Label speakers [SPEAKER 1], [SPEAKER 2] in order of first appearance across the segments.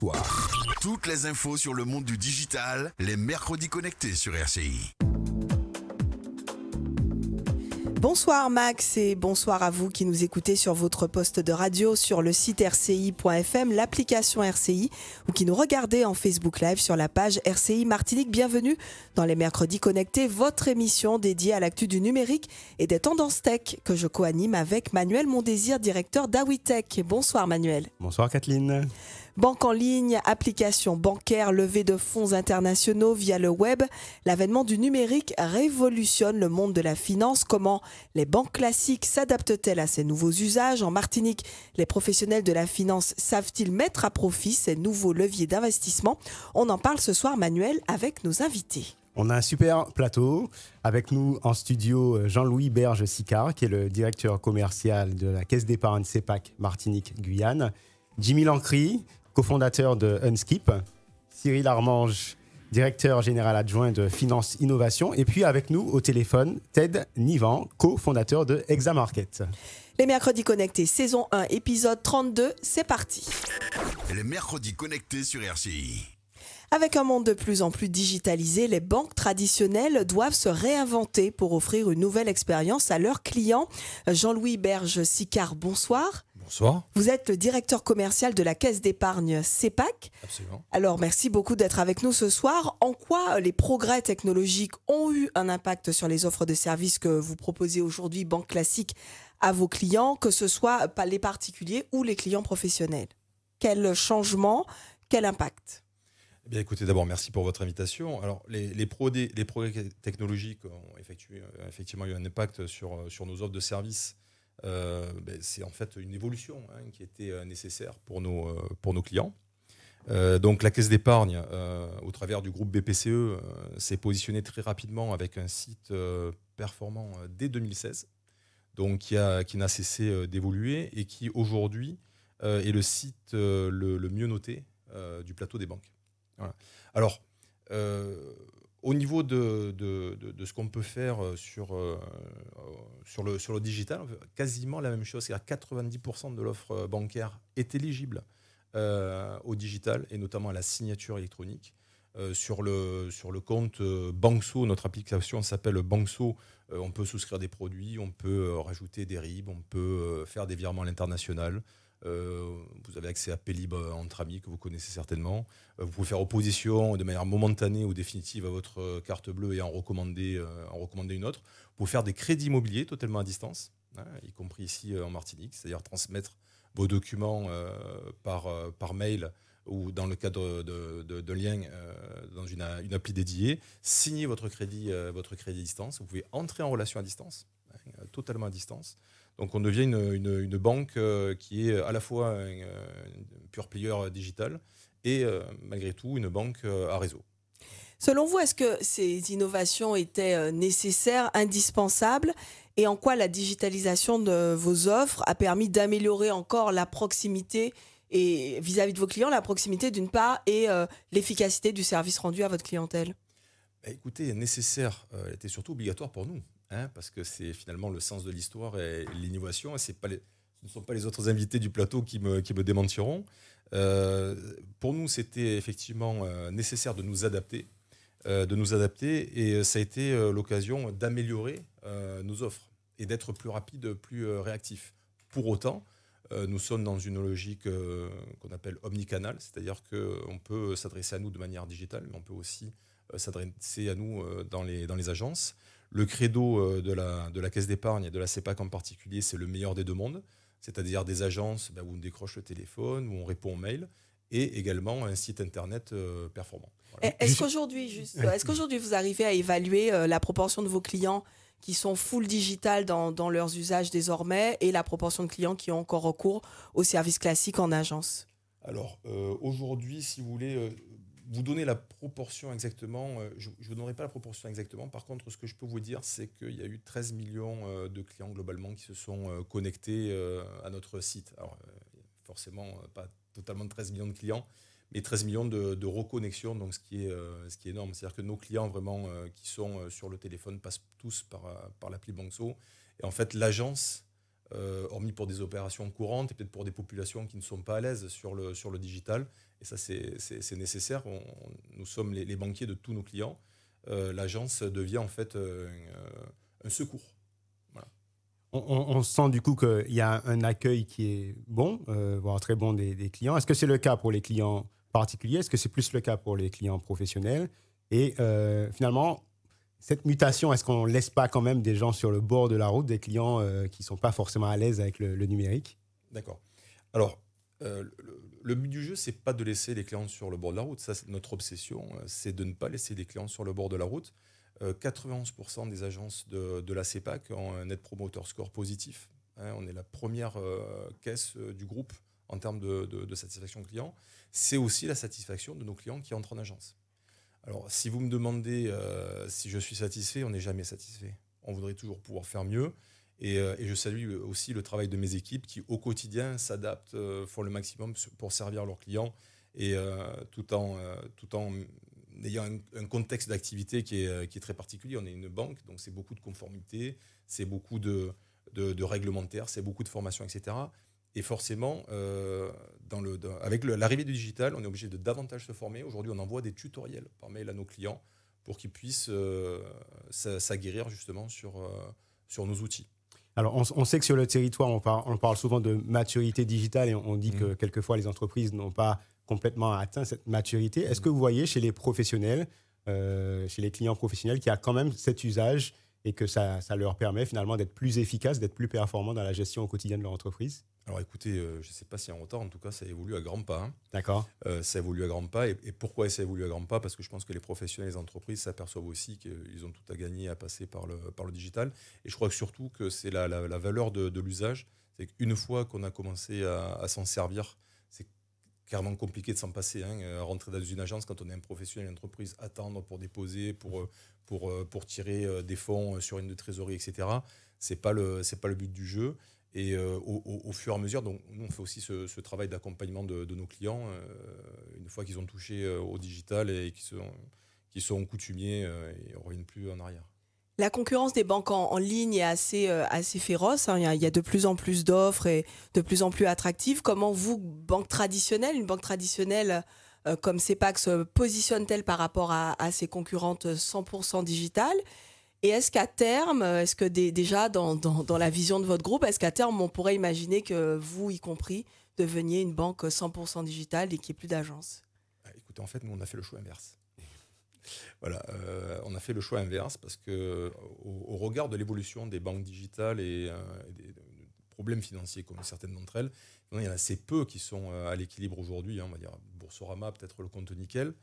[SPEAKER 1] Toutes les infos sur le monde du digital, les mercredis connectés sur RCI.
[SPEAKER 2] Bonsoir Max et bonsoir à vous qui nous écoutez sur votre poste de radio, sur le site rci.fm, l'application RCI ou qui nous regardez en Facebook Live sur la page RCI Martinique. Bienvenue dans les mercredis connectés, votre émission dédiée à l'actu du numérique et des tendances tech que je co-anime avec Manuel Mondésir, directeur d'Awitech. Bonsoir Manuel.
[SPEAKER 3] Bonsoir Kathleen.
[SPEAKER 2] Banque en ligne, applications bancaires, levée de fonds internationaux via le web, l'avènement du numérique révolutionne le monde de la finance. Comment les banques classiques s'adaptent-elles à ces nouveaux usages ? En Martinique, les professionnels de la finance savent-ils mettre à profit ces nouveaux leviers d'investissement ? On en parle ce soir, Manuel, avec nos invités.
[SPEAKER 3] On a un super plateau. Avec nous en studio, Jean-Louis Berge-Sicard, qui est le directeur commercial de la Caisse d'épargne CEPAC Martinique-Guyane. Jimmy Lancry, cofondateur de Unskip. Cyril Armange, directeur général adjoint de Finance Innovation. Et puis avec nous au téléphone, Ted Nivan, cofondateur de Examarket.
[SPEAKER 2] Les mercredis connectés, saison 1, épisode 32, c'est parti.
[SPEAKER 1] Les mercredis connectés sur RCI.
[SPEAKER 2] Avec un monde de plus en plus digitalisé, les banques traditionnelles doivent se réinventer pour offrir une nouvelle expérience à leurs clients. Jean-Louis Berge-Sicard, bonsoir.
[SPEAKER 4] Bonsoir.
[SPEAKER 2] Vous êtes le directeur commercial de la Caisse d'épargne CEPAC.
[SPEAKER 4] Absolument.
[SPEAKER 2] Alors, merci beaucoup d'être avec nous ce soir. En quoi les progrès technologiques ont eu un impact sur les offres de services que vous proposez aujourd'hui, banque classique, à vos clients, que ce soit les particuliers ou les clients professionnels ? Quel changement, quel impact ?
[SPEAKER 4] Eh bien, écoutez, d'abord, merci pour votre invitation. Alors, les progrès technologiques ont effectivement eu un impact sur nos offres de services. C'est en fait une évolution qui était nécessaire pour nos clients. Donc, la Caisse d'épargne, au travers du groupe BPCE, s'est positionnée très rapidement avec un site performant dès 2016, donc qui n'a cessé d'évoluer et qui, aujourd'hui, est le site le mieux noté du plateau des banques. Voilà. Alors, au niveau de ce qu'on peut faire sur le digital, quasiment la même chose. C'est-à-dire 90% de l'offre bancaire est éligible au digital et notamment à la signature électronique. Sur le compte Bankso, notre application s'appelle Bankso. On peut souscrire des produits, on peut rajouter des RIB, on peut faire des virements à l'international. Vous avez accès à Paylib entre amis que vous connaissez certainement. Vous pouvez faire opposition de manière momentanée ou définitive à votre carte bleue et en recommander une autre. Vous pouvez faire des crédits immobiliers totalement à distance, y compris ici en Martinique, c'est-à-dire transmettre vos documents par mail ou dans le cadre de liens dans une appli dédiée, signer votre crédit à distance. Vous pouvez entrer en relation à distance, totalement à distance. Donc on devient une banque qui est à la fois un pure player digital et malgré tout une banque à réseau.
[SPEAKER 2] Selon vous, est-ce que ces innovations étaient nécessaires, indispensables ? Et en quoi la digitalisation de vos offres a permis d'améliorer encore la proximité et vis-à-vis de vos clients, la proximité d'une part et l'efficacité du service rendu à votre clientèle ?
[SPEAKER 4] Écoutez, nécessaire, elle était surtout obligatoire pour nous. Parce que c'est finalement le sens de l'histoire et l'innovation, et ce ne sont pas les autres invités du plateau qui me démentiront. Pour nous, c'était effectivement nécessaire de nous adapter, et ça a été l'occasion d'améliorer nos offres et d'être plus rapide, plus réactif. Pour autant, nous sommes dans une logique qu'on appelle omnicanal, c'est-à-dire qu'on peut s'adresser à nous de manière digitale, mais on peut aussi s'adresser à nous dans les agences. Le credo de la Caisse d'épargne et de la CEPAC en particulier, c'est le meilleur des deux mondes, c'est-à-dire des agences où on décroche le téléphone, où on répond aux mails, et également un site internet performant. Voilà.
[SPEAKER 2] Est-ce qu'aujourd'hui vous arrivez à évaluer la proportion de vos clients qui sont full digital dans leurs usages désormais et la proportion de clients qui ont encore recours aux services classiques en agence ?
[SPEAKER 4] Alors, aujourd'hui, si vous voulez... vous donner la proportion exactement, je ne vous donnerai pas la proportion exactement. Par contre, ce que je peux vous dire, c'est qu'il y a eu 13 millions de clients globalement qui se sont connectés à notre site. Alors, forcément, pas totalement 13 millions de clients, mais 13 millions de reconnexions, donc ce qui est énorme. C'est-à-dire que nos clients vraiment qui sont sur le téléphone passent tous par l'appli Bankso. Et en fait, l'agence, hormis pour des opérations courantes et peut-être pour des populations qui ne sont pas à l'aise sur le digital, Et ça, c'est nécessaire. Nous sommes les banquiers de tous nos clients. L'agence devient en fait un secours. Voilà.
[SPEAKER 3] On sent du coup qu'il y a un accueil qui est bon, voire très bon des clients. Est-ce que c'est le cas pour les clients particuliers? Est-ce que c'est plus le cas pour les clients professionnels? Et finalement, cette mutation, est-ce qu'on ne laisse pas quand même des gens sur le bord de la route, des clients qui ne sont pas forcément à l'aise avec le numérique?
[SPEAKER 4] D'accord. Alors, le but du jeu, c'est pas de laisser les clients sur le bord de la route. Ça, c'est notre obsession, c'est de ne pas laisser les clients sur le bord de la route. 91% des agences de la CEPAC ont un Net Promoter Score positif. On est la première caisse du groupe en termes de satisfaction client. C'est aussi la satisfaction de nos clients qui entrent en agence. Alors, si vous me demandez si je suis satisfait, on n'est jamais satisfait. On voudrait toujours pouvoir faire mieux. Et je salue aussi le travail de mes équipes qui, au quotidien, s'adaptent, font le maximum pour servir leurs clients, et tout en ayant un contexte d'activité qui est très particulier. On est une banque, donc c'est beaucoup de conformité, c'est beaucoup de réglementaire, c'est beaucoup de formation, etc. Et forcément, avec l'arrivée du digital, on est obligé de davantage se former. Aujourd'hui, on envoie des tutoriels par mail à nos clients pour qu'ils puissent s'aguerrir justement sur nos outils.
[SPEAKER 3] Alors, on sait que sur le territoire, on parle souvent de maturité digitale et on dit que quelquefois les entreprises n'ont pas complètement atteint cette maturité. Est-ce que vous voyez chez les professionnels, chez les clients professionnels, qu'il y a quand même cet usage et que ça leur permet finalement d'être plus efficaces, d'être plus performants dans la gestion au quotidien de leur entreprise?
[SPEAKER 4] Alors écoutez, je ne sais pas si en retard, en tout cas ça évolue à grands pas.
[SPEAKER 3] D'accord.
[SPEAKER 4] Ça évolue à grands pas. Et pourquoi ça évolue à grands pas? Parce que je pense que les professionnels et les entreprises s'aperçoivent aussi qu'ils ont tout à gagner à passer par le digital. Et je crois que surtout que c'est la valeur de l'usage. C'est qu'une fois qu'on a commencé à s'en servir, c'est carrément compliqué de s'en passer. Rentrer dans une agence quand on est un professionnel, une entreprise, attendre pour déposer, pour tirer des fonds sur une de trésorerie, etc. C'est pas le but du jeu. Et au fur et à mesure, donc, nous on fait aussi ce travail d'accompagnement de nos clients, une fois qu'ils ont touché au digital et qui sont coutumiers, et on ne revient plus en arrière.
[SPEAKER 2] La concurrence des banques en ligne est assez féroce. Il y a de plus en plus d'offres et de plus en plus attractives. Comment vous, une banque traditionnelle comme CEPAC, se positionne-t-elle par rapport à ses concurrentes 100% digitales? Et est-ce qu'à terme, déjà dans la vision de votre groupe, est-ce qu'à terme, on pourrait imaginer que vous, y compris, deveniez une banque 100% digitale et qu'il n'y ait plus d'agences?
[SPEAKER 4] Écoutez, en fait, nous, on a fait le choix inverse. Voilà, on a fait le choix inverse parce qu'au regard de l'évolution des banques digitales et des problèmes financiers comme certaines d'entre elles, il y en a assez peu qui sont à l'équilibre aujourd'hui. On va dire Boursorama, peut-être le compte nickel.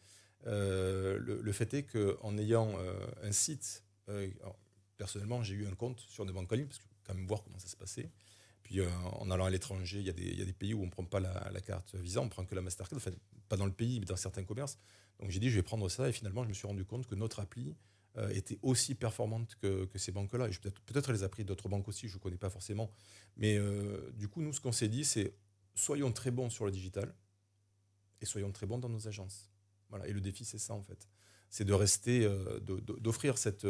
[SPEAKER 4] Le fait est qu'en ayant un site... alors, personnellement, j'ai eu un compte sur des banques en ligne parce que quand même voir comment ça se passait. Puis en allant à l'étranger, il y a des pays où on ne prend pas la carte Visa, on ne prend que la Mastercard, enfin, pas dans le pays, mais dans certains commerces. Donc j'ai dit, je vais prendre ça, et finalement, je me suis rendu compte que notre appli était aussi performante que ces banques-là. Et peut-être les applis d'autres banques aussi, je ne connais pas forcément. Mais du coup, nous, ce qu'on s'est dit, c'est soyons très bons sur le digital et soyons très bons dans nos agences. Voilà. Et le défi, c'est ça, en fait. C'est de rester, d'offrir ce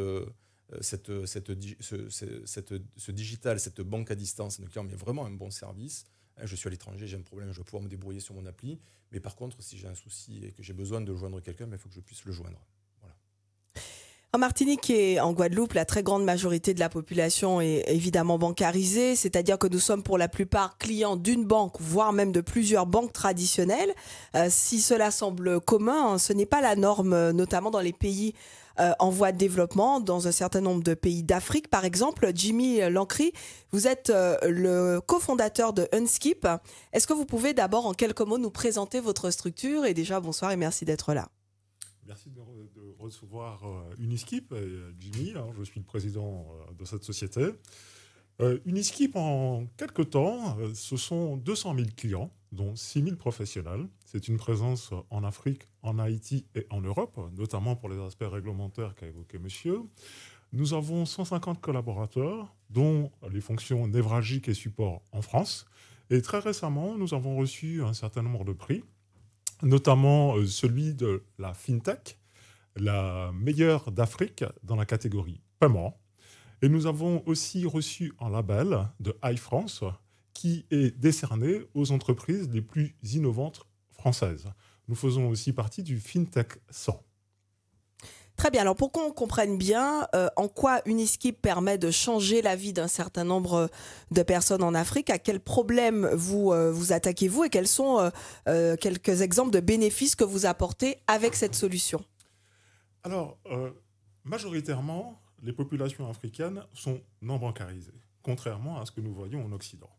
[SPEAKER 4] digital, cette banque à distance à nos clients, mais vraiment un bon service. Je suis à l'étranger, j'ai un problème, je vais pouvoir me débrouiller sur mon appli. Mais par contre, si j'ai un souci et que j'ai besoin de joindre quelqu'un, il faut que je puisse le joindre. Voilà.
[SPEAKER 2] En Martinique et en Guadeloupe, la très grande majorité de la population est évidemment bancarisée, c'est-à-dire que nous sommes pour la plupart clients d'une banque, voire même de plusieurs banques traditionnelles. Si cela semble commun, ce n'est pas la norme, notamment dans les pays en voie de développement, dans un certain nombre de pays d'Afrique. Par exemple, Jimmy Lancry, vous êtes le cofondateur de Unskip. Est-ce que vous pouvez d'abord, en quelques mots, nous présenter votre structure? Et déjà, bonsoir et merci d'être là.
[SPEAKER 5] Merci de recevoir Unskip, Jimmy. Alors, je suis le président de cette société. Unskip, en quelques temps, ce sont 200 000 clients, dont 6 000 professionnels. C'est une présence en Afrique, en Haïti et en Europe, notamment pour les aspects réglementaires qu'a évoqué monsieur. Nous avons 150 collaborateurs, dont les fonctions névralgiques et support en France. Et très récemment, nous avons reçu un certain nombre de prix, notamment celui de la FinTech, la meilleure d'Afrique dans la catégorie paiement. Et nous avons aussi reçu un label de iFrance qui est décerné aux entreprises les plus innovantes françaises. Nous faisons aussi partie du FinTech 100.
[SPEAKER 2] Très bien. Alors, pour qu'on comprenne bien en quoi Uniskip permet de changer la vie d'un certain nombre de personnes en Afrique, à quels problèmes vous attaquez-vous et quels sont quelques exemples de bénéfices que vous apportez avec cette solution?
[SPEAKER 5] Alors, majoritairement, les populations africaines sont non bancarisées, contrairement à ce que nous voyons en Occident.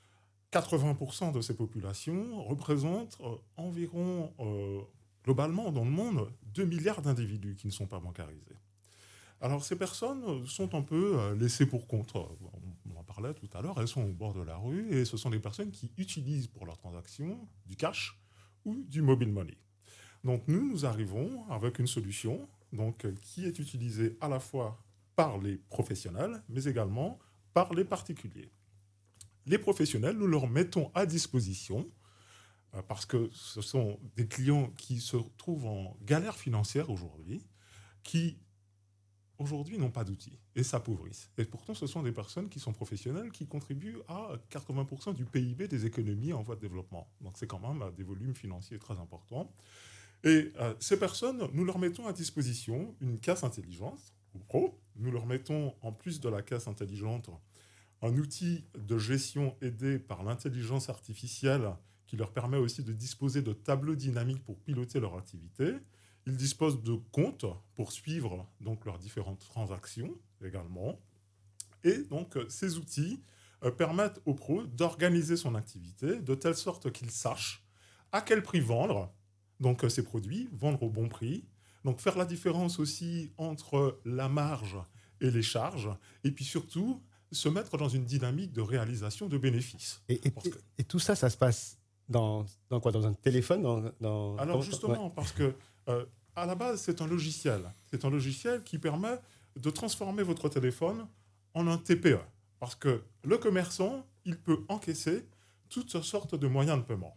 [SPEAKER 5] 80% de ces populations représentent environ, globalement dans le monde, 2 milliards d'individus qui ne sont pas bancarisés. Alors ces personnes sont un peu laissées pour compte. On en parlait tout à l'heure, elles sont au bord de la rue et ce sont des personnes qui utilisent pour leurs transactions du cash ou du mobile money. Donc nous arrivons avec une solution qui est utilisée à la fois par les professionnels, mais également par les particuliers. Les professionnels, nous leur mettons à disposition, parce que ce sont des clients qui se trouvent en galère financière aujourd'hui, qui aujourd'hui n'ont pas d'outils et s'appauvrissent. Et pourtant, ce sont des personnes qui sont professionnelles, qui contribuent à 80% du PIB des économies en voie de développement. Donc c'est quand même des volumes financiers très importants. Et ces personnes, nous leur mettons à disposition une caisse intelligente, ou pro. Nous leur mettons, en plus de la caisse intelligente, un outil de gestion aidé par l'intelligence artificielle qui leur permet aussi de disposer de tableaux dynamiques pour piloter leur activité. Ils disposent de comptes pour suivre donc leurs différentes transactions également. Et donc ces outils permettent aux pros d'organiser son activité de telle sorte qu'ils sachent à quel prix vendre donc ces produits, vendre au bon prix. Donc faire la différence aussi entre la marge et les charges. Et puis surtout, se mettre dans une dynamique de réalisation de bénéfices.
[SPEAKER 3] Et tout ça, ça se passe dans quoi? Dans un téléphone
[SPEAKER 5] Alors justement, parce que à la base, c'est un logiciel. C'est un logiciel qui permet de transformer votre téléphone en un TPE. Parce que le commerçant, il peut encaisser toutes sortes de moyens de paiement.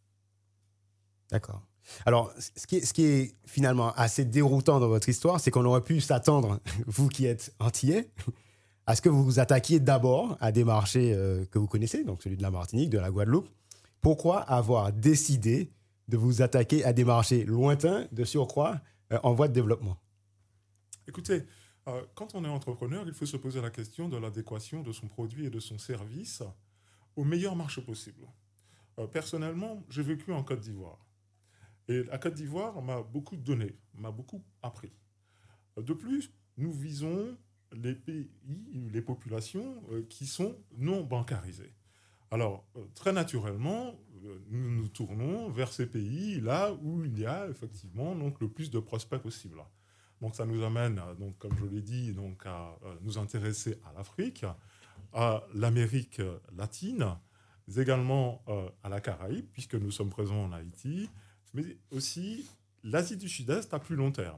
[SPEAKER 3] D'accord. Alors, ce qui est finalement assez déroutant dans votre histoire, c'est qu'on aurait pu s'attendre, vous qui êtes antillais, à ce que vous vous attaquiez d'abord à des marchés que vous connaissez, donc celui de la Martinique, de la Guadeloupe. Pourquoi avoir décidé de vous attaquer à des marchés lointains, de surcroît, en voie de développement?
[SPEAKER 5] Écoutez, quand on est entrepreneur, il faut se poser la question de l'adéquation de son produit et de son service au meilleur marché possible. Personnellement, j'ai vécu en Côte d'Ivoire. Et la Côte d'Ivoire m'a beaucoup donné, m'a beaucoup appris. De plus, nous visons les pays, les populations qui sont non bancarisées. Alors, très naturellement, nous nous tournons vers ces pays-là où il y a effectivement donc, le plus de prospects possible. Donc, ça nous amène, donc, comme je l'ai dit, donc, à nous intéresser à l'Afrique, à l'Amérique latine, mais également à la Caraïbe, puisque nous sommes présents en Haïti, mais aussi l'Asie du Sud-Est à plus long terme.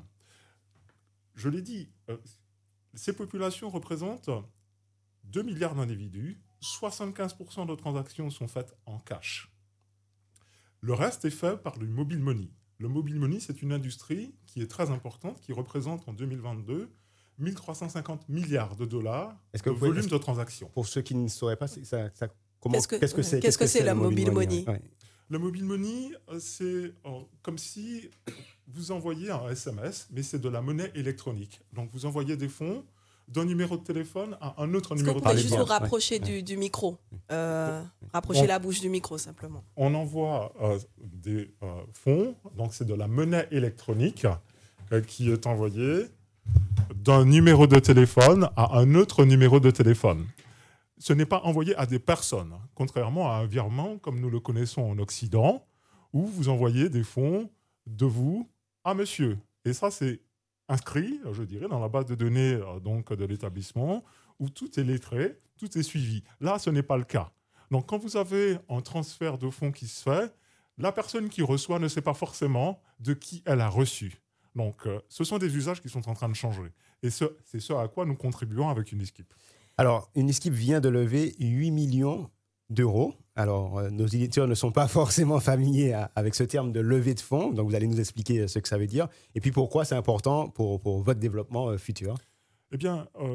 [SPEAKER 5] Je l'ai dit, ces populations représentent 2 milliards d'individus, 75% de transactions sont faites en cash. Le reste est fait par le mobile money. Le mobile money, c'est une industrie qui est très importante, qui représente en 2022 1 350 milliards de dollars de volume de transactions.
[SPEAKER 3] Pour ceux qui ne sauraient pas,
[SPEAKER 2] qu'est-ce que c'est le mobile money?
[SPEAKER 3] Ouais.
[SPEAKER 5] Le mobile money, c'est comme si vous envoyez un SMS, mais c'est de la monnaie électronique. Donc, vous envoyez des fonds d'un numéro de téléphone à un autre numéro de téléphone.
[SPEAKER 2] Est-ce que vous pouvez juste vous rapprocher du micro rapprocher la bouche du micro, simplement.
[SPEAKER 5] On envoie des fonds, donc c'est de la monnaie électronique qui est envoyée d'un numéro de téléphone à un autre numéro de téléphone. Ce n'est pas envoyé à des personnes, contrairement à un virement comme nous le connaissons en Occident, où vous envoyez des fonds de vous à monsieur. Et ça, c'est inscrit, je dirais, dans la base de données donc, de l'établissement, où tout est lettré, tout est suivi. Là, ce n'est pas le cas. Donc, quand vous avez un transfert de fonds qui se fait, la personne qui reçoit ne sait pas forcément de qui elle a reçu. Donc, ce sont des usages qui sont en train de changer. Et c'est ce à quoi nous contribuons avec Uniskip.
[SPEAKER 3] Alors, Uniskip vient de lever 8 millions d'euros. Alors, nos éditeurs ne sont pas forcément familiers avec ce terme de levée de fonds, donc vous allez nous expliquer ce que ça veut dire. Et puis, pourquoi c'est important pour votre développement futur?
[SPEAKER 5] Eh bien,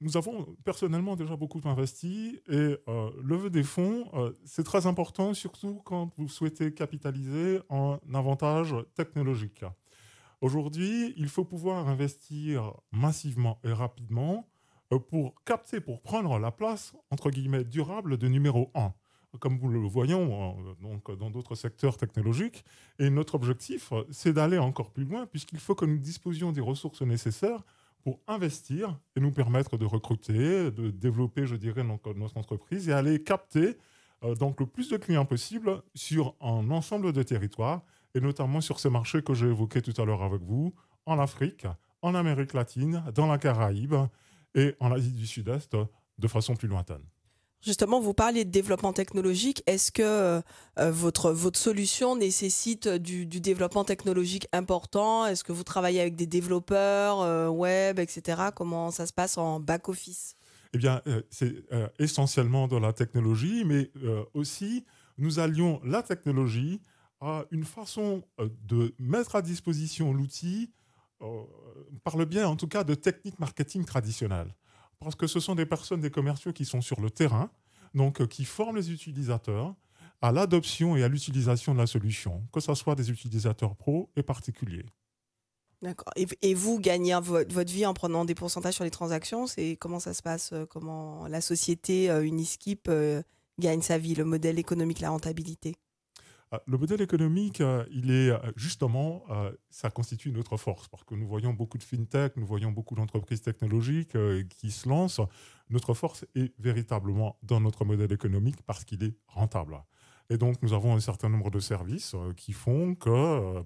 [SPEAKER 5] nous avons personnellement déjà beaucoup investi et lever des fonds, c'est très important, surtout quand vous souhaitez capitaliser en avantage technologique. Aujourd'hui, il faut pouvoir investir massivement et rapidement pour capter, pour prendre la place, entre guillemets, durable de numéro 1, comme nous le voyons donc, dans d'autres secteurs technologiques. Et notre objectif, c'est d'aller encore plus loin, puisqu'il faut que nous disposions des ressources nécessaires pour investir et nous permettre de recruter, de développer, je dirais, notre entreprise et aller capter donc le plus de clients possible sur un ensemble de territoires, et notamment sur ces marchés que j'ai évoqués tout à l'heure avec vous, en Afrique, en Amérique latine, dans la Caraïbe et en Asie du Sud-Est de façon plus lointaine.
[SPEAKER 2] Justement, vous parliez de développement technologique. Est-ce que votre solution nécessite du développement technologique important? Est-ce que vous travaillez avec des développeurs web, etc. Comment ça se passe en back-office?
[SPEAKER 5] Eh bien, c'est essentiellement de la technologie, mais aussi, nous allions la technologie à une façon de mettre à disposition l'outil par le biais, en tout cas, de techniques marketing traditionnelles. Parce que ce sont des personnes, des commerciaux qui sont sur le terrain, donc qui forment les utilisateurs à l'adoption et à l'utilisation de la solution, que ce soit des utilisateurs pros et particuliers.
[SPEAKER 2] D'accord. Et vous gagnez votre vie en prenant des pourcentages sur les transactions? Comment ça se passe? Comment la société Uniskip gagne sa vie, le modèle économique, la rentabilité?
[SPEAKER 5] Le modèle économique, il est justement, ça constitue notre force, parce que nous voyons beaucoup de fintech, nous voyons beaucoup d'entreprises technologiques qui se lancent. Notre force est véritablement dans notre modèle économique parce qu'il est rentable. Et donc, nous avons un certain nombre de services qui font que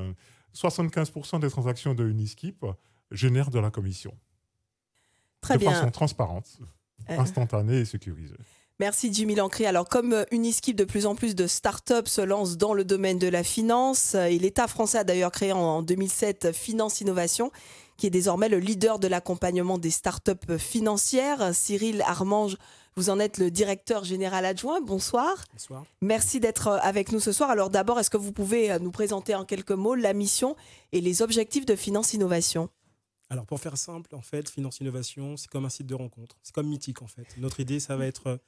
[SPEAKER 5] 75% des transactions de Uniskip génèrent de la commission.
[SPEAKER 2] Très bien.
[SPEAKER 5] De façon transparente, instantanée et sécurisée.
[SPEAKER 2] Merci Jimmy Lancry. Alors comme Uniskip, de plus en plus de startups se lancent dans le domaine de la finance et l'État français a d'ailleurs créé en 2007 Finance Innovation, qui est désormais le leader de l'accompagnement des startups financières. Cyril Armange, vous en êtes le directeur général adjoint. Bonsoir.
[SPEAKER 6] Bonsoir.
[SPEAKER 2] Merci d'être avec nous ce soir. Alors d'abord, est-ce que vous pouvez nous présenter en quelques mots la mission et les objectifs de Finance Innovation ?
[SPEAKER 6] Alors pour faire simple, en fait, Finance Innovation, c'est comme un site de rencontre. C'est comme Mythique, en fait. Notre idée, ça va être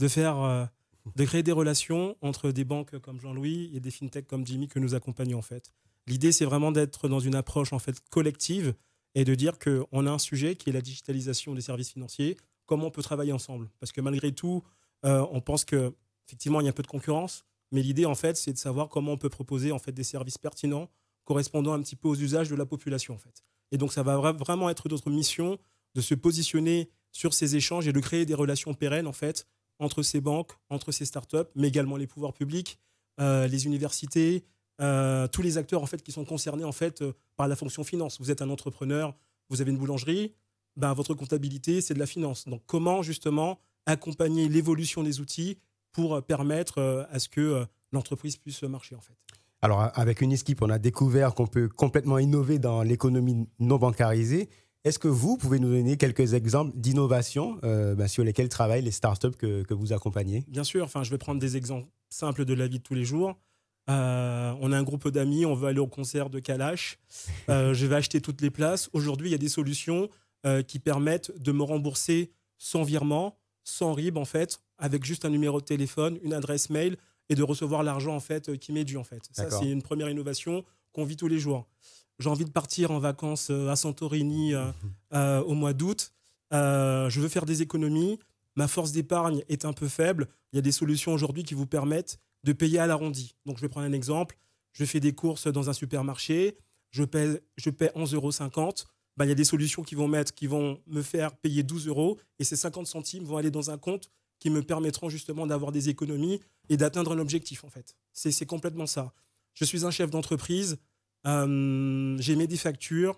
[SPEAKER 6] de créer des relations entre des banques comme Jean-Louis et des fintechs comme Jimmy que nous accompagnons, en fait. L'idée, c'est vraiment d'être dans une approche en fait collective et de dire qu'on a un sujet qui est la digitalisation des services financiers. Comment on peut travailler ensemble? Parce que malgré tout, on pense qu'effectivement, il y a un peu de concurrence, mais l'idée, en fait, c'est de savoir comment on peut proposer en fait, des services pertinents correspondant un petit peu aux usages de la population, en fait. Et donc, ça va vraiment être notre mission de se positionner sur ces échanges et de créer des relations pérennes, en fait, entre ces banques, entre ces startups, mais également les pouvoirs publics, les universités, tous les acteurs en fait, qui sont concernés en fait, par la fonction finance. Vous êtes un entrepreneur, vous avez une boulangerie, votre comptabilité, c'est de la finance. Donc, comment justement accompagner l'évolution des outils pour permettre à ce que l'entreprise puisse marcher en fait.
[SPEAKER 3] Alors, avec Uniskip, on a découvert qu'on peut complètement innover dans l'économie non bancarisée. Est-ce que vous pouvez nous donner quelques exemples d'innovations sur lesquelles travaillent les startups que vous accompagnez?
[SPEAKER 6] Bien sûr, je vais prendre des exemples simples de la vie de tous les jours. On a un groupe d'amis, on veut aller au concert de Kalash. Je vais acheter toutes les places. Aujourd'hui, il y a des solutions qui permettent de me rembourser sans virement, sans RIB, en fait, avec juste un numéro de téléphone, une adresse mail et de recevoir l'argent en fait, qui m'est dû. En fait. Ça, c'est une première innovation qu'on vit tous les jours. J'ai envie de partir en vacances à Santorini au mois d'août. Je veux faire des économies. Ma force d'épargne est un peu faible. Il y a des solutions aujourd'hui qui vous permettent de payer à l'arrondi. Donc, je vais prendre un exemple. Je fais des courses dans un supermarché. Je paie 11,50 €. Il y a des solutions qui vont me faire payer 12 € et ces 50 centimes vont aller dans un compte qui me permettront justement d'avoir des économies et d'atteindre un objectif, en fait. C'est complètement ça. Je suis un chef d'entreprise. J'émets des factures.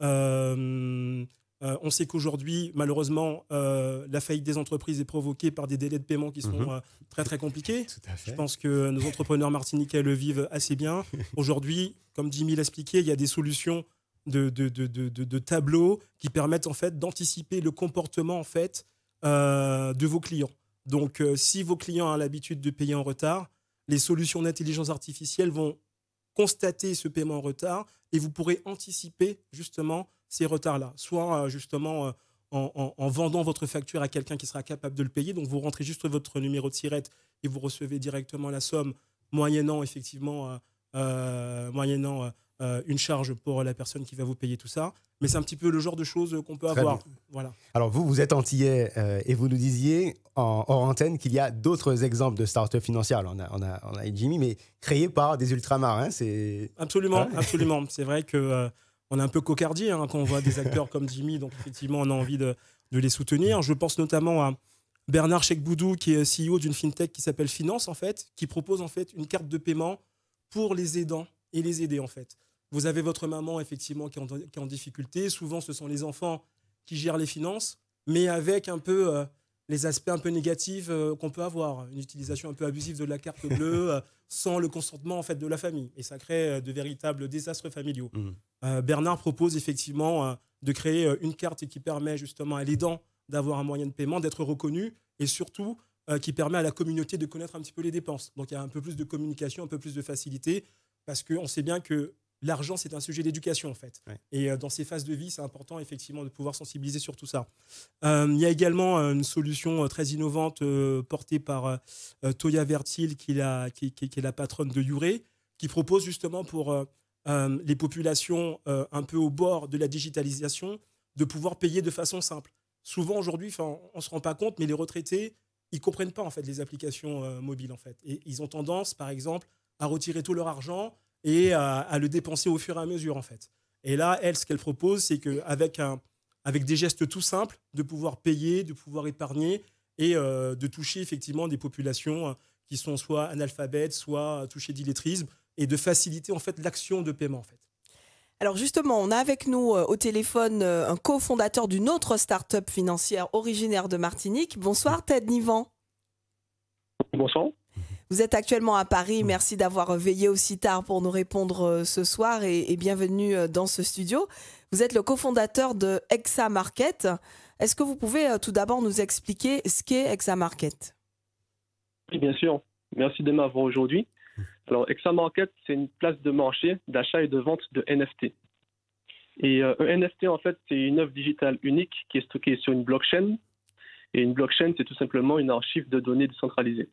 [SPEAKER 6] On sait qu'aujourd'hui, malheureusement, la faillite des entreprises est provoquée par des délais de paiement qui sont très, très compliqués.
[SPEAKER 3] Tout à fait.
[SPEAKER 6] Je pense que nos entrepreneurs martiniquais le vivent assez bien. Aujourd'hui, comme Jimmy l'a expliqué, il y a des solutions de tableaux qui permettent en fait, d'anticiper le comportement en fait, de vos clients. Donc, si vos clients ont l'habitude de payer en retard, les solutions d'intelligence artificielle vont constater ce paiement en retard et vous pourrez anticiper justement ces retards-là, soit justement en vendant votre facture à quelqu'un qui sera capable de le payer. Donc, vous rentrez juste votre numéro de SIRET et vous recevez directement la somme, moyennant effectivement une charge pour la personne qui va vous payer tout ça. Mais c'est un petit peu le genre de choses qu'on peut avoir. Voilà.
[SPEAKER 3] Alors vous êtes antillais et vous nous disiez hors antenne qu'il y a d'autres exemples de start-up financières. Alors on a Jimmy, mais créés par des ultramarins.
[SPEAKER 6] Absolument, absolument. C'est vrai que on est un peu cocardier quand on voit des acteurs comme Jimmy. Donc effectivement, on a envie de les soutenir. Je pense notamment à Bernard Chekboudou, qui est CEO d'une fintech qui s'appelle Finance, en fait, qui propose en fait une carte de paiement pour les aidants et les aider, en fait. Vous avez votre maman, effectivement, qui est en difficulté. Souvent, ce sont les enfants qui gèrent les finances, mais avec un peu les aspects un peu négatifs qu'on peut avoir. Une utilisation un peu abusive de la carte bleue sans le consentement, en fait, de la famille. Et ça crée de véritables désastres familiaux. Bernard propose, effectivement, de créer une carte qui permet justement à l'aidant d'avoir un moyen de paiement, d'être reconnu, et surtout qui permet à la communauté de connaître un petit peu les dépenses. Donc il y a un peu plus de communication, un peu plus de facilité, parce qu'on sait bien que l'argent, c'est un sujet d'éducation, en fait. Ouais. Et dans ces phases de vie, c'est important, effectivement, de pouvoir sensibiliser sur tout ça. Il y a également une solution très innovante portée par Toya Vertil, qui est la patronne de Youré, qui propose justement pour les populations un peu au bord de la digitalisation de pouvoir payer de façon simple. Souvent, aujourd'hui, on ne se rend pas compte, mais les retraités, ils ne comprennent pas, en fait, les applications mobiles, en fait. Et ils ont tendance, par exemple, à retirer tout leur argent et à le dépenser au fur et à mesure, en fait. Et là, elle, ce qu'elle propose, c'est qu'avec avec des gestes tout simples, de pouvoir payer, de pouvoir épargner et de toucher, effectivement, des populations qui sont soit analphabètes, soit touchées d'illettrisme, et de faciliter, en fait, l'action de paiement, en fait.
[SPEAKER 2] Alors justement, on a avec nous au téléphone un cofondateur d'une autre start-up financière originaire de Martinique. Bonsoir Ted Nivan.
[SPEAKER 7] Bonsoir.
[SPEAKER 2] Vous êtes actuellement à Paris. Merci d'avoir veillé aussi tard pour nous répondre ce soir et bienvenue dans ce studio. Vous êtes le cofondateur de Exa Market. Est-ce que vous pouvez tout d'abord nous expliquer ce qu'est Exa Market ?
[SPEAKER 7] Oui, bien sûr. Merci de m'avoir aujourd'hui. Alors, Exa Market, c'est une place de marché d'achat et de vente de NFT. Et un NFT, en fait, c'est une œuvre digitale unique qui est stockée sur une blockchain. Et une blockchain, c'est tout simplement une archive de données décentralisée.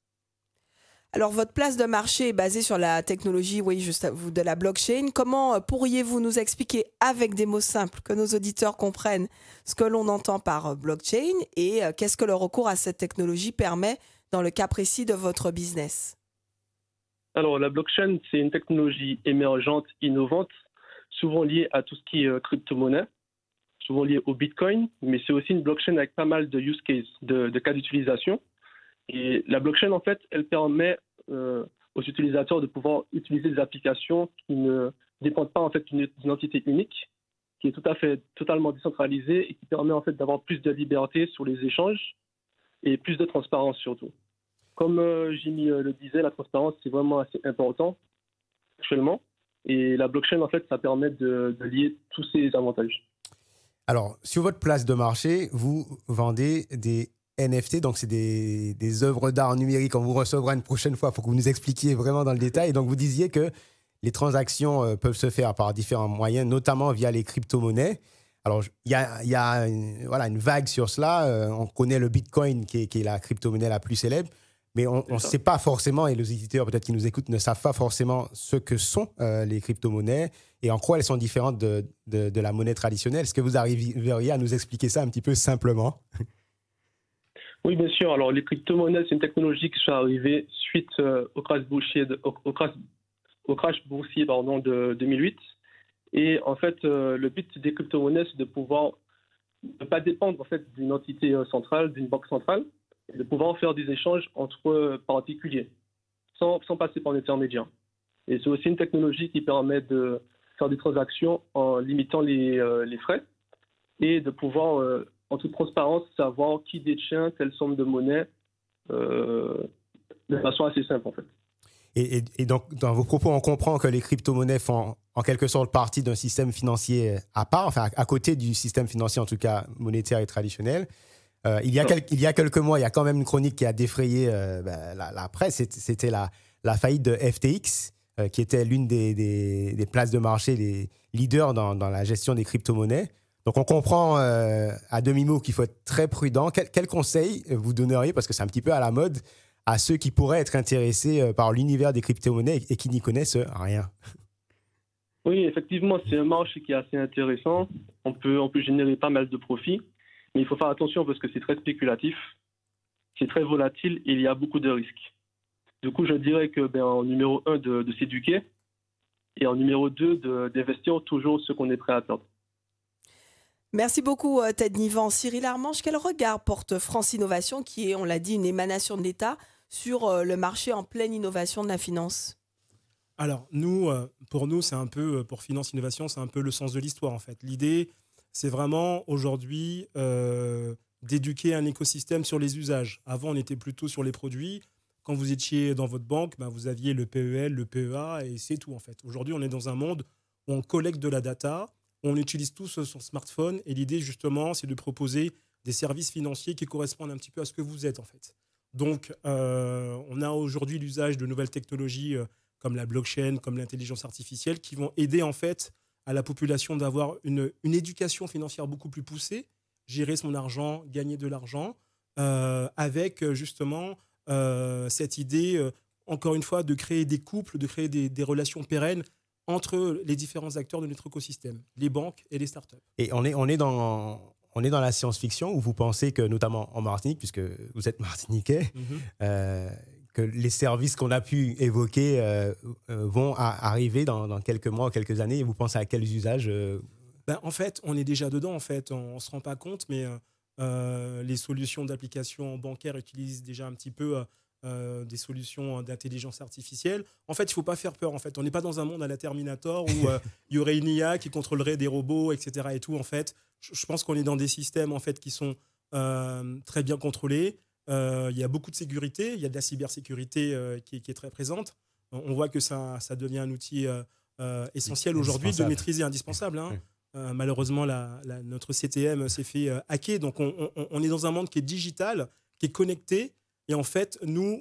[SPEAKER 2] Alors, votre place de marché est basée sur la technologie, de la blockchain. Comment pourriez-vous nous expliquer avec des mots simples que nos auditeurs comprennent ce que l'on entend par blockchain et qu'est-ce que le recours à cette technologie permet dans le cas précis de votre business ?
[SPEAKER 7] Alors, la blockchain, c'est une technologie émergente, innovante, souvent liée à tout ce qui est crypto-monnaie, souvent liée au Bitcoin, mais c'est aussi une blockchain avec pas mal de use cases, de cas d'utilisation. Et la blockchain, en fait, elle permet aux utilisateurs de pouvoir utiliser des applications qui ne dépendent pas en fait d'une entité unique, qui est totalement décentralisée et qui permet en fait d'avoir plus de liberté sur les échanges et plus de transparence surtout. Comme Jimmy le disait, la transparence, c'est vraiment assez important actuellement. Et la blockchain, en fait, ça permet de lier tous ces avantages.
[SPEAKER 3] Alors, sur votre place de marché, vous vendez des NFT, donc c'est des œuvres d'art numérique. On vous recevra une prochaine fois pour que vous nous expliquiez vraiment dans le détail. Et donc, vous disiez que les transactions peuvent se faire par différents moyens, notamment via les crypto-monnaies. Alors, il y a une vague sur cela. On connaît le Bitcoin, qui est la crypto-monnaie la plus célèbre. Mais on ne sait pas forcément, et les auditeurs peut-être qui nous écoutent ne savent pas forcément ce que sont les crypto-monnaies et en quoi elles sont différentes de la monnaie traditionnelle. Est-ce que vous arriveriez à nous expliquer ça un petit peu simplement ?
[SPEAKER 7] Oui, bien sûr. Alors, les crypto-monnaies, c'est une technologie qui est arrivée suite au crash boursier de 2008. Et en fait, le but des crypto-monnaies, c'est de pouvoir ne pas dépendre en fait, d'une entité centrale, d'une banque centrale, et de pouvoir faire des échanges entre particuliers, sans passer par l'intermédiaire. Et c'est aussi une technologie qui permet de faire des transactions en limitant les frais et de pouvoir, en toute transparence, savoir qui détient telle somme de monnaie de façon assez simple, en fait.
[SPEAKER 3] Et donc, dans vos propos, on comprend que les crypto-monnaies font en quelque sorte partie d'un système financier à part, enfin à côté du système financier, en tout cas monétaire et traditionnel. Il y a quelques mois, il y a quand même une chronique qui a défrayé la presse. C'était la faillite de FTX, qui était l'une des places de marché, les leaders dans la gestion des crypto-monnaies. Donc, on comprend à demi-mot qu'il faut être très prudent. Quel conseil vous donneriez, parce que c'est un petit peu à la mode, à ceux qui pourraient être intéressés par l'univers des crypto-monnaies et qui n'y connaissent rien?
[SPEAKER 7] Oui, effectivement, c'est un marché qui est assez intéressant. On peut générer pas mal de profits, mais il faut faire attention parce que c'est très spéculatif, c'est très volatile et il y a beaucoup de risques. Du coup, je dirais que, en numéro 1, de s'éduquer et en numéro 2, d'investir toujours ce qu'on est prêt à perdre.
[SPEAKER 2] Merci beaucoup Ted Nivan. Cyril Armange, quel regard porte France Innovation, qui est, on l'a dit, une émanation de l'État, sur le marché en pleine innovation de la finance?
[SPEAKER 6] Alors, pour nous, c'est un peu, pour Finance Innovation, c'est un peu le sens de l'histoire, en fait. L'idée, c'est vraiment, aujourd'hui, d'éduquer un écosystème sur les usages. Avant, on était plutôt sur les produits. Quand vous étiez dans votre banque, vous aviez le PEL, le PEA, et c'est tout, en fait. Aujourd'hui, on est dans un monde où on collecte de la data, on utilise tous son smartphone, et l'idée, justement, c'est de proposer des services financiers qui correspondent un petit peu à ce que vous êtes, en fait. Donc, on a aujourd'hui l'usage de nouvelles technologies comme la blockchain, comme l'intelligence artificielle, qui vont aider en fait à la population d'avoir une éducation financière beaucoup plus poussée, gérer son argent, gagner de l'argent, avec justement cette idée, encore une fois, de créer des couples, de créer des relations pérennes entre les différents acteurs de notre écosystème, les banques et les startups.
[SPEAKER 3] Et on est dans la science-fiction, où vous pensez que, notamment en Martinique, puisque vous êtes martiniquais, que les services qu'on a pu évoquer vont arriver dans quelques mois ou quelques années, et vous pensez à quels usages
[SPEAKER 6] En fait, on est déjà dedans, en fait. On ne se rend pas compte, mais les solutions d'application bancaire utilisent déjà un petit peu des solutions d'intelligence artificielle. En fait, il ne faut pas faire peur. En fait, on n'est pas dans un monde à la Terminator où il y aurait une IA qui contrôlerait des robots, etc. Et tout, en fait. Je pense qu'on est dans des systèmes en fait, qui sont très bien contrôlés. Il y a beaucoup de sécurité, il y a de la cybersécurité qui est très présente. On voit que ça devient un outil essentiel aujourd'hui de maîtriser, indispensable. Malheureusement, notre CTM s'est fait hacker. Donc, on est dans un monde qui est digital, qui est connecté. Et en fait, nous,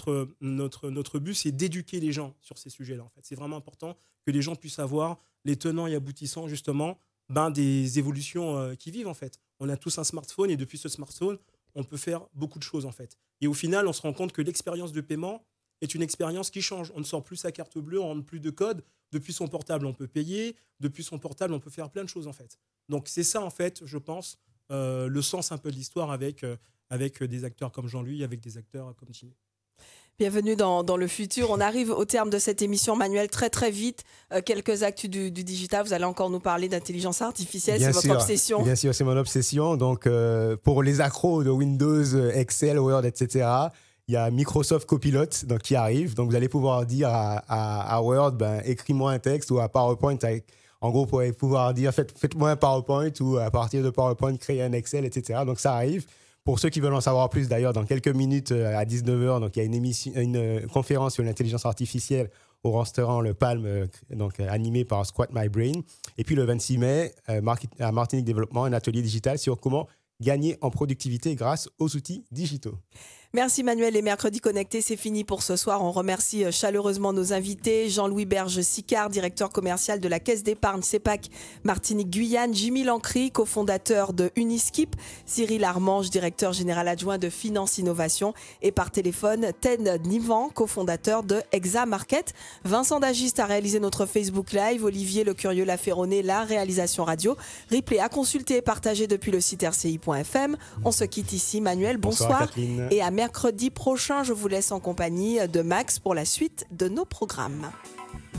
[SPEAKER 6] notre but, c'est d'éduquer les gens sur ces sujets-là. En fait. C'est vraiment important que les gens puissent avoir les tenants et aboutissants, justement, des évolutions qui vivent, en fait. On a tous un smartphone et depuis ce smartphone, on peut faire beaucoup de choses, en fait. Et au final, on se rend compte que l'expérience de paiement est une expérience qui change. On ne sort plus sa carte bleue, on rentre plus de code. Depuis son portable, on peut payer. Depuis son portable, on peut faire plein de choses, en fait. Donc, c'est ça, en fait, je pense, le sens un peu de l'histoire avec des acteurs comme Jean-Louis, avec des acteurs comme Jimmy.
[SPEAKER 2] Bienvenue dans le futur. On arrive au terme de cette émission, Manuel, très très vite. Quelques actus du digital. Vous allez encore nous parler d'intelligence artificielle. C'est votre obsession.
[SPEAKER 3] Bien sûr, c'est mon obsession. Donc, pour les accros de Windows, Excel, Word, etc., il y a Microsoft Copilot qui arrive. Donc, vous allez pouvoir dire à Word, écris-moi un texte, ou à PowerPoint, en gros, vous pourrez pouvoir dire, faites-moi un PowerPoint, ou à partir de PowerPoint, créer un Excel, etc. Donc, ça arrive. Pour ceux qui veulent en savoir plus, d'ailleurs, dans quelques minutes à 19h, donc, il y a une conférence sur l'intelligence artificielle au restaurant Le Palme, animée par Squat My Brain. Et puis le 26 mai, à Martinique Développement, un atelier digital sur comment gagner en productivité grâce aux outils digitaux.
[SPEAKER 2] Merci Manuel. Les mercredis connectés, c'est fini pour ce soir. On remercie chaleureusement nos invités. Jean-Louis Berge-Sicard, directeur commercial de la Caisse d'épargne CEPAC Martinique-Guyane. Jimmy Lancry, cofondateur de Uniskip. Cyril Armange, directeur général adjoint de Finance Innovation. Et par téléphone, Ted Nivan, cofondateur de Exa Market. Vincent Dagiste a réalisé notre Facebook Live. Olivier Le Curieux Laferronné, la réalisation radio. Replay à consulter et partager depuis le site rci.fm. On se quitte ici. Manuel, bonsoir. Et à mercredi prochain, je vous laisse en compagnie de Max pour la suite de nos programmes.